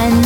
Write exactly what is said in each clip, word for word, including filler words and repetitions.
Williaman.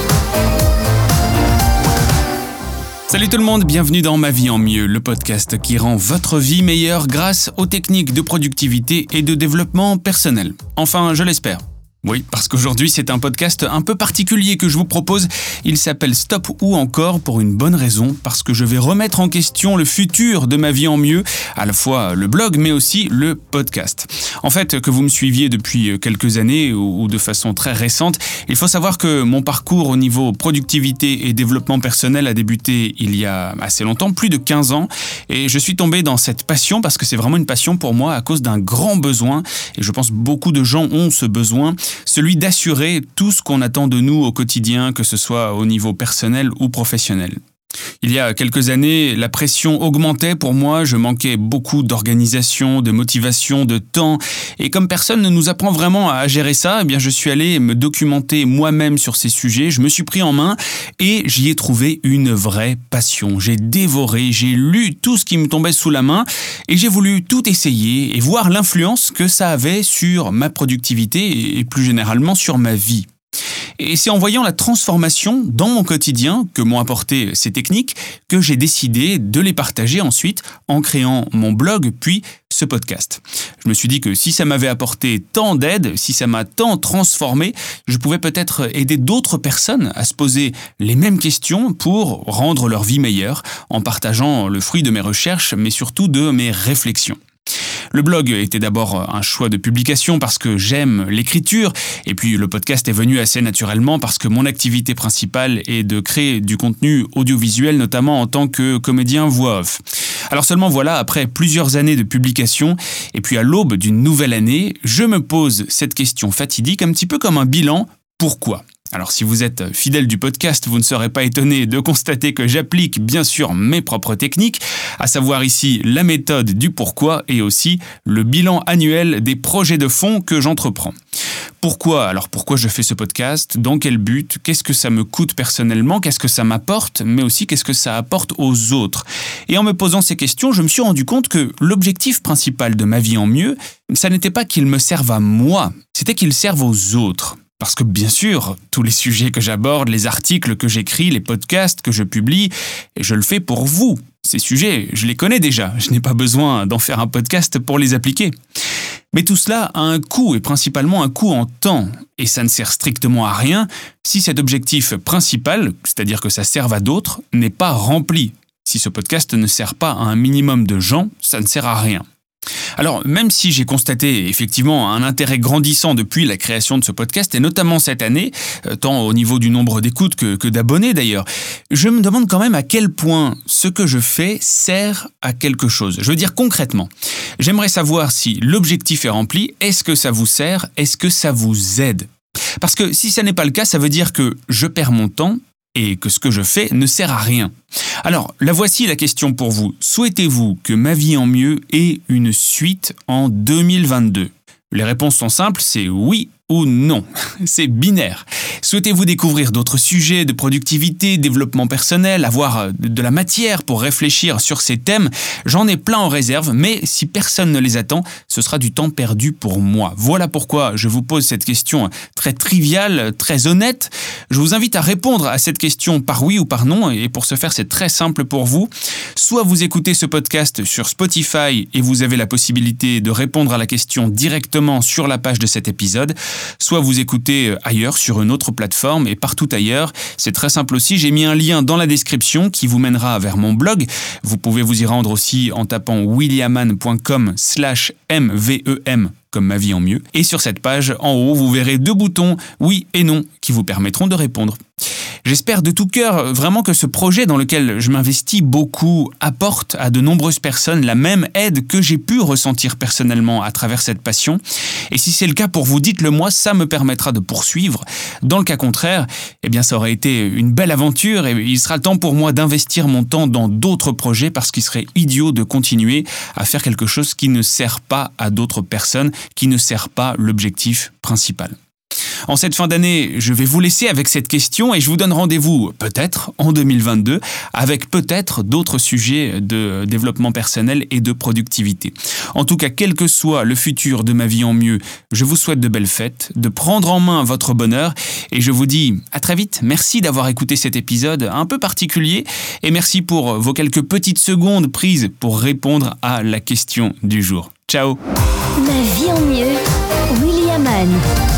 Salut tout le monde, bienvenue dans Ma vie en mieux, le podcast qui rend votre vie meilleure grâce aux techniques de productivité et de développement personnel. Enfin, je l'espère. Oui, parce qu'aujourd'hui c'est un podcast un peu particulier que je vous propose. Il s'appelle Stop ou encore pour une bonne raison, parce que je vais remettre en question le futur de Ma vie en mieux, à la fois le blog mais aussi le podcast. En fait, que vous me suiviez depuis quelques années ou de façon très récente, il faut savoir que mon parcours au niveau productivité et développement personnel a débuté il y a assez longtemps, plus de quinze ans, et je suis tombé dans cette passion parce que c'est vraiment une passion pour moi à cause d'un grand besoin, et je pense beaucoup de gens ont ce besoin, celui d'assurer tout ce qu'on attend de nous au quotidien, que ce soit au niveau personnel ou professionnel. Il y a quelques années, la pression augmentait pour moi, je manquais beaucoup d'organisation, de motivation, de temps, et comme personne ne nous apprend vraiment à gérer ça, eh bien je suis allé me documenter moi-même sur ces sujets, je me suis pris en main et j'y ai trouvé une vraie passion. J'ai dévoré, j'ai lu tout ce qui me tombait sous la main et j'ai voulu tout essayer et voir l'influence que ça avait sur ma productivité et plus généralement sur ma vie. Et c'est en voyant la transformation dans mon quotidien que m'ont apporté ces techniques que j'ai décidé de les partager ensuite en créant mon blog puis ce podcast. Je me suis dit que si ça m'avait apporté tant d'aide, si ça m'a tant transformé, je pouvais peut-être aider d'autres personnes à se poser les mêmes questions pour rendre leur vie meilleure en partageant le fruit de mes recherches mais surtout de mes réflexions. Le blog était d'abord un choix de publication parce que j'aime l'écriture, et puis le podcast est venu assez naturellement parce que mon activité principale est de créer du contenu audiovisuel, notamment en tant que comédien voix off. Alors seulement voilà, après plusieurs années de publication, et puis à l'aube d'une nouvelle année, je me pose cette question fatidique, un petit peu comme un bilan, pourquoi ? Alors si vous êtes fidèle du podcast, vous ne serez pas étonné de constater que j'applique bien sûr mes propres techniques, à savoir ici la méthode du pourquoi et aussi le bilan annuel des projets de fond que j'entreprends. Pourquoi ? Alors pourquoi je fais ce podcast ? Dans quel but ? Qu'est-ce que ça me coûte personnellement ? Qu'est-ce que ça m'apporte ? Mais aussi qu'est-ce que ça apporte aux autres ? Et en me posant ces questions, je me suis rendu compte que l'objectif principal de Ma vie en mieux, ça n'était pas qu'il me serve à moi, c'était qu'il serve aux autres. Parce que bien sûr, tous les sujets que j'aborde, les articles que j'écris, les podcasts que je publie, et je le fais pour vous. Ces sujets, je les connais déjà, je n'ai pas besoin d'en faire un podcast pour les appliquer. Mais tout cela a un coût, et principalement un coût en temps, et ça ne sert strictement à rien si cet objectif principal, c'est-à-dire que ça serve à d'autres, n'est pas rempli. Si ce podcast ne sert pas à un minimum de gens, ça ne sert à rien. Alors, même si j'ai constaté effectivement un intérêt grandissant depuis la création de ce podcast, et notamment cette année, tant au niveau du nombre d'écoutes que, que d'abonnés d'ailleurs, je me demande quand même à quel point ce que je fais sert à quelque chose. Je veux dire concrètement, j'aimerais savoir si l'objectif est rempli, est-ce que ça vous sert, est-ce que ça vous aide ? Parce que si ça n'est pas le cas, ça veut dire que je perds mon temps, et que ce que je fais ne sert à rien. Alors, la voici la question pour vous. Souhaitez-vous que Ma vie en mieux ait une suite en deux mille vingt-deux ? Les réponses sont simples, c'est oui ou non. C'est binaire. Souhaitez-vous découvrir d'autres sujets de productivité, développement personnel, avoir de la matière pour réfléchir sur ces thèmes ? J'en ai plein en réserve, mais si personne ne les attend, ce sera du temps perdu pour moi. Voilà pourquoi je vous pose cette question très triviale, très honnête. Je vous invite à répondre à cette question par oui ou par non, et pour ce faire, c'est très simple pour vous. Soit vous écoutez ce podcast sur Spotify et vous avez la possibilité de répondre à la question directement sur la page de cet épisode, soit vous écoutez ailleurs sur une autre plateforme et partout ailleurs. C'est très simple aussi, j'ai mis un lien dans la description qui vous mènera vers mon blog. Vous pouvez vous y rendre aussi en tapant williaman point com slash m v e m comme Ma vie en mieux. Et sur cette page, en haut, vous verrez deux boutons oui et non qui vous permettront de répondre. J'espère de tout cœur vraiment que ce projet dans lequel je m'investis beaucoup apporte à de nombreuses personnes la même aide que j'ai pu ressentir personnellement à travers cette passion. Et si c'est le cas pour vous, dites-le moi, ça me permettra de poursuivre. Dans le cas contraire, eh bien ça aurait été une belle aventure et il sera temps pour moi d'investir mon temps dans d'autres projets parce qu'il serait idiot de continuer à faire quelque chose qui ne sert pas à d'autres personnes, qui ne sert pas l'objectif principal. En cette fin d'année, je vais vous laisser avec cette question et je vous donne rendez-vous peut-être en deux mille vingt-deux avec peut-être d'autres sujets de développement personnel et de productivité. En tout cas, quel que soit le futur de ma vie en mieux, je vous souhaite de belles fêtes, de prendre en main votre bonheur et je vous dis à très vite. Merci d'avoir écouté cet épisode un peu particulier et merci pour vos quelques petites secondes prises pour répondre à la question du jour. Ciao. Ma vie en mieux, William Hahn.